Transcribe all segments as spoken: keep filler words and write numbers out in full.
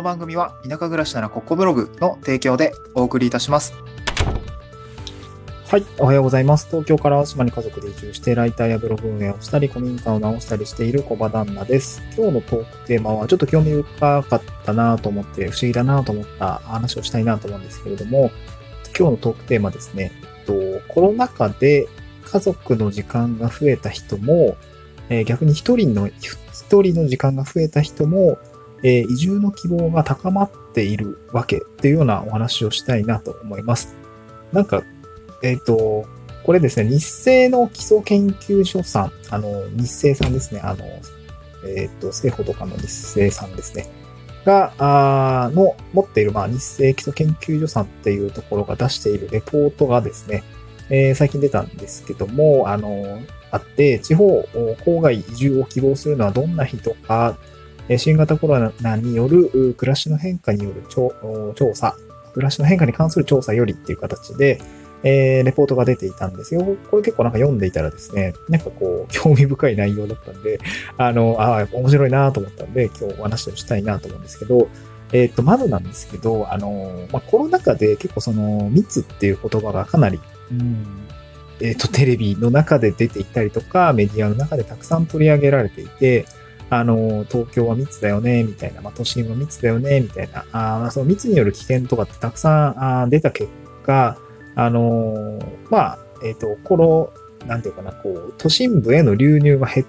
番組は田舎暮らしならここブログの提供でお送りいたします。 はい、おはようございます。東京から島に家族で移住してライターやブログ運営をしたり古民家を直したりしている小場旦那です。今日のトークテーマはちょっと興味深かったなと思って不思議だなと思った話をしたいなと思うんですけれども、今日のトークテーマですね、えっと、コロナ禍で家族の時間が増えた人も、えー、逆に一人の一人の時間が増えた人も、えー、移住の希望が高まっているわけっていうようなお話をしたいなと思います。なんかえっと、これですね、日清の基礎研究所さん、あの、日清さんですね、あの、えっと、生保とかの日清さんですね、が、あの、持っている、まあ、日清基礎研究所さんっていうところが出しているレポートがですね、えー、最近出たんですけども、あの、あって、地方、郊外移住を希望するのはどんな人か、新型コロナによる暮らしの変化による調査、暮らしの変化に関する調査よりっていう形で、えー、レポートが出ていたんですよ。これ結構なんか読んでいたらですね、なんかこう、興味深い内容だったんで、あの、ああ、面白いなと思ったんで、今日お話をしたいなと思うんですけど、えっと、まずなんですけど、あの、まあ、コロナ禍で結構その、密っていう言葉がかなり、うん、えっと、テレビの中で出ていたりとか、メディアの中でたくさん取り上げられていて、あの、東京は密だよね、みたいな、まあ、都心は密だよね、みたいな、あその密による危険とかってたくさんあ出た結果、あのー、まあ、えっと、この、なんていうかな、こう、都心部への流入が減って、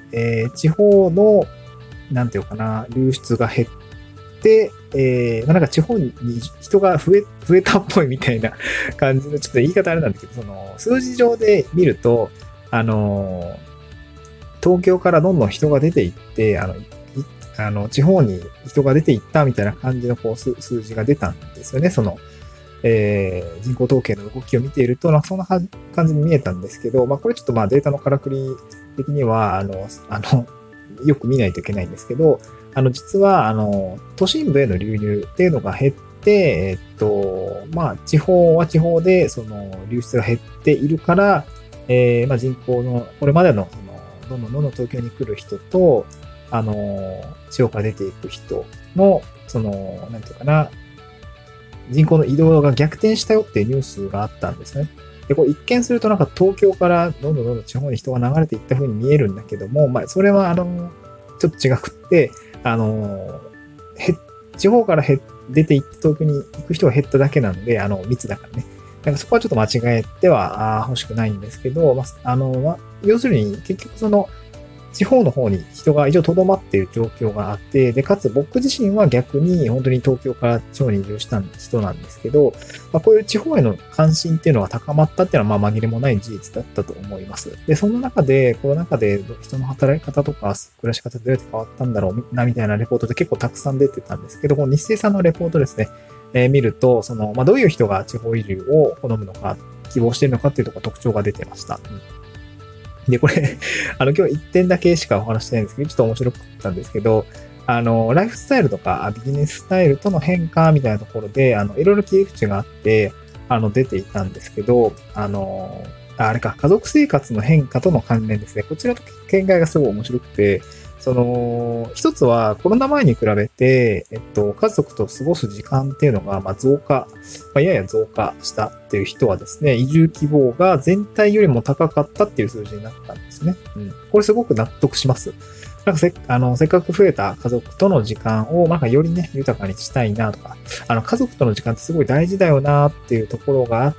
えー、地方の、なんていうかな、流出が減って、えー、まあ、なんか地方に人が増え、増えたっぽいみたいな感じの、ちょっと言い方あれなんだけど、その、数字上で見ると、あのー、東京からどんどん人が出ていって、あの、あの、地方に人が出ていったみたいな感じのこう数字が出たんですよね、その、えー、人口統計の動きを見ていると、なんかそんな感じに見えたんですけど、まあこれちょっとまあデータのからくり的には、あの、あの、よく見ないといけないんですけど、あの、実は、あの、都心部への流入っていうのが減って、えっと、まあ地方は地方で、その流出が減っているから、えー、まあ人口の、これまでの、その、どんどんどんどん東京に来る人と、あの、地方から出ていく人の、その、なんていうかな、人口の移動が逆転したよっていうニュースがあったんですね。で、こう一見するとなんか東京からどんどんどんどん地方に人が流れていった風に見えるんだけども、まあそれはあの、ちょっと違くって、あの、へ、地方からへ出ていって東京に行く人が減っただけなんで、あの、密だからね。なんかそこはちょっと間違えては欲しくないんですけど、まあ、あの、まあ、要するに結局その、地方の方に人が一応留まっている状況があって、で、かつ僕自身は逆に本当に東京から地方に移住した人なんですけど、まあ、こういう地方への関心っていうのが高まったっていうのはまあ紛れもない事実だったと思います。で、その中で、コロナ禍で人の働き方とか暮らし方どうやって変わったんだろうなみたいなレポートで結構たくさん出てたんですけど、この日清さんのレポートですね、えー、見ると、その、まあ、どういう人が地方移住を好むのか、希望しているのかっていうところ特徴が出てました。うんで、これ、あの、今日一点だけしかお話してないんですけど、ちょっと面白かったんですけど、あの、ライフスタイルとかビジネススタイルとの変化みたいなところで、あの、いろいろ切り口があって、あの、出ていたんですけど、あの、あれか、家族生活の変化との関連ですね。こちらの見解がすごい面白くて、その、一つはコロナ前に比べて、えっと、家族と過ごす時間っていうのが、まあ、増加、まあ、やや増加したっていう人はですね、移住希望が全体よりも高かったっていう数字になったんですね。うん。これすごく納得します。なんかせ、あの、せっかく増えた家族との時間を、なんかよりね、豊かにしたいなとか、あの、家族との時間ってすごい大事だよなっていうところがあって、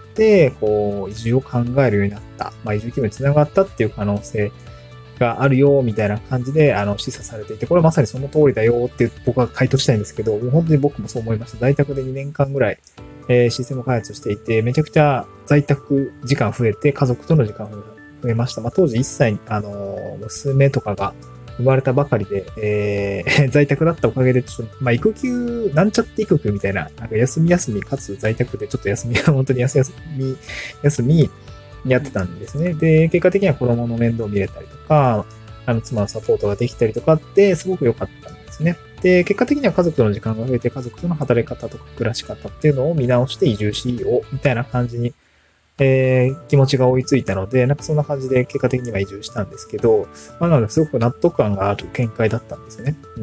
こう、移住を考えるようになった。まあ、移住希望につながったっていう可能性があるよ、みたいな感じで、あの、示唆されていて、これまさにその通りだよって僕は回答したいんですけど、本当に僕もそう思いました。在宅でにねんかんぐらい、えー、システム開発していて、めちゃくちゃ在宅時間増えて、家族との時間増えました。まあ、当時いっさい、あの、娘とかが生まれたばかりで、えー、在宅だったおかげで、ちょっと、まあ、育休、なんちゃって育休みたいな、なんか休み休みかつ在宅でちょっと休み、本当に休み、休み、やってたんですね。で、結果的には子供の面倒を見れたりとか、あの、妻のサポートができたりとかって、すごく良かったんですね。で、結果的には家族との時間が増えて、家族との働き方とか暮らし方っていうのを見直して移住しよう、みたいな感じに、えー、気持ちが追いついたので、なんかそんな感じで結果的には移住したんですけど、まあ、なのですごく納得感がある見解だったんですよね。うん。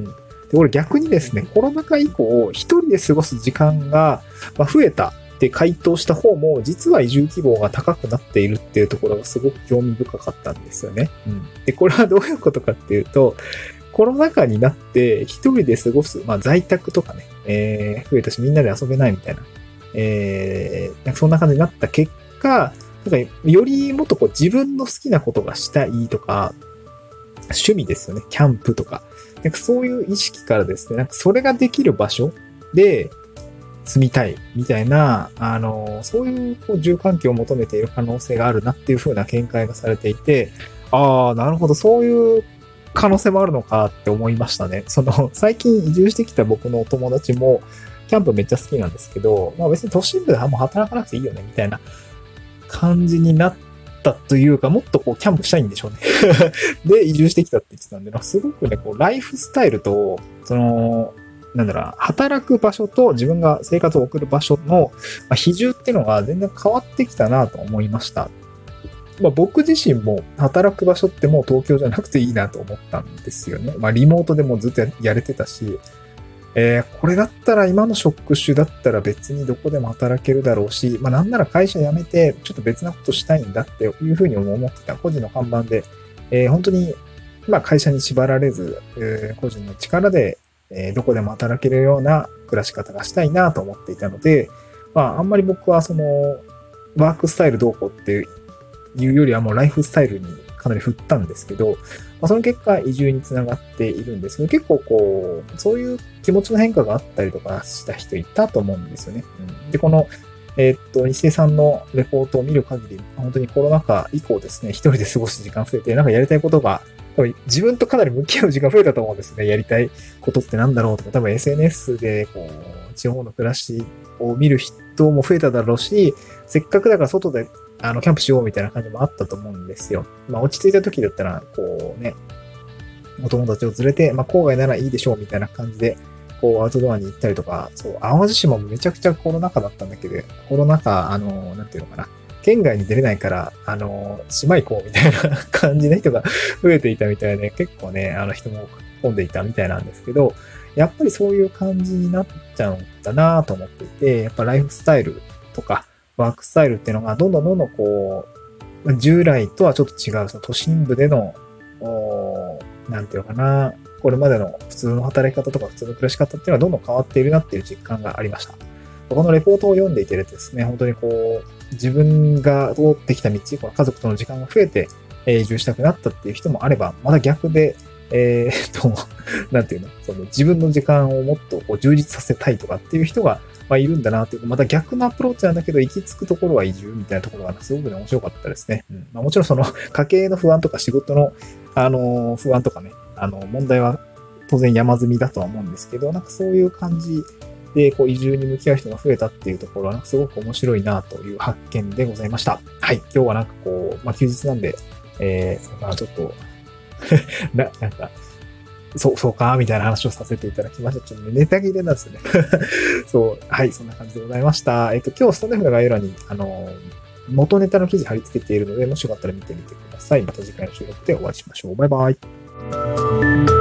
で、俺逆にですね、コロナ禍以降、一人で過ごす時間が増えたって回答した方も、実は移住希望が高くなっているっていうところがすごく興味深かったんですよね。うん。で、これはどういうことかっていうと、コロナ禍になって一人で過ごす、まあ在宅とかね、えー、増えたしみんなで遊べないみたいな、えー、なんかそんな感じになった結果、なんかよりもっとこう自分の好きなことがしたいとか、趣味ですよね。キャンプとか。なんかそういう意識からですね、なんかそれができる場所で住みたいみたいな、あの、そういうこう住環境を求めている可能性があるなっていう風な見解がされていて、ああ、なるほど、そういう可能性もあるのかって思いましたね。その、最近移住してきた僕のお友達も、キャンプめっちゃ好きなんですけど、まあ別に都心部でもう働かなくていいよね、みたいな感じになったというか、もっとこう、キャンプしたいんでしょうね。で、移住してきたって言ってたんで、すごくね、こう、ライフスタイルと、その、なんだろう、働く場所と自分が生活を送る場所の比重っていうのが全然変わってきたなと思いました。まあ、僕自身も働く場所ってもう東京じゃなくていいなと思ったんですよね。まあリモートでもずっとやれてたし、えー、これだったら今の職種だったら別にどこでも働けるだろうし、まあなんなら会社辞めてちょっと別なことしたいんだっていうふうに思ってた個人の看板で、えー、本当にまあ会社に縛られず、えー、個人の力で、えー、どこでも働けるような暮らし方がしたいなと思っていたので、まああんまり僕はそのワークスタイルどうこうっていういうよりはもうライフスタイルにかなり振ったんですけど、まあ、その結果移住につながっているんですけど、結構こう、そういう気持ちの変化があったりとかした人いたと思うんですよね。うん、で、この、えー、っと、日清さんのレポートを見る限り、本当にコロナ禍以降ですね、一人で過ごす時間増えて、なんかやりたいことが、多分自分とかなり向き合う時間増えたと思うんですね。やりたいことってなんだろうとか、多分 エスエヌエス でこう、地方の暮らしを見る人も増えただろうし、せっかくだから外であの、キャンプしようみたいな感じもあったと思うんですよ。まあ、落ち着いた時だったら、こうね、お友達を連れて、まあ、郊外ならいいでしょうみたいな感じで、こう、アウトドアに行ったりとか、そう、淡路島もめちゃくちゃコロナ禍だったんだけど、コロナ禍、あの、なんていうのかな、県外に出れないから、あの、島行こうみたいな感じの人が増えていたみたいで、結構ね、あの人も混んでいたみたいなんですけど、やっぱりそういう感じになっちゃうんだなと思っていて、やっぱライフスタイルとか、ワークスタイルっていうのがどんどんどんどんこう、従来とはちょっと違う、その都心部での、なんていうのかな、これまでの普通の働き方とか普通の暮らし方っていうのはどんどん変わっているなっていう実感がありました。このレポートを読んでいてですね、本当にこう、自分が通ってきた道、この家族との時間が増えて移住したくなったっていう人もあれば、また逆で、えー、っと、なんていうの、その自分の時間をもっとこう充実させたいとかっていう人が、まあ、いるんだなっていう、また逆のアプローチなんだけど、行き着くところは移住みたいなところがすごくね、面白かったですね。うんまあ、もちろんその家計の不安とか仕事の、あのー、不安とかね、あの、問題は当然山積みだとは思うんですけど、なんかそういう感じで、こう、移住に向き合う人が増えたっていうところは、なんかすごく面白いなという発見でございました。はい。今日はなんかこう、まあ、休日なんで、えー、そうかな、ちょっとな、なんか、そう、そうか、みたいな話をさせていただきました。ちょっとネタ切れなんですよね。そう、はい、そんな感じでございました。えっと、今日スタンド F の概要欄に、あの、元ネタの記事貼り付けているので、もしよかったら見てみてください。また次回の収録でお会いしましょう。バイバイ。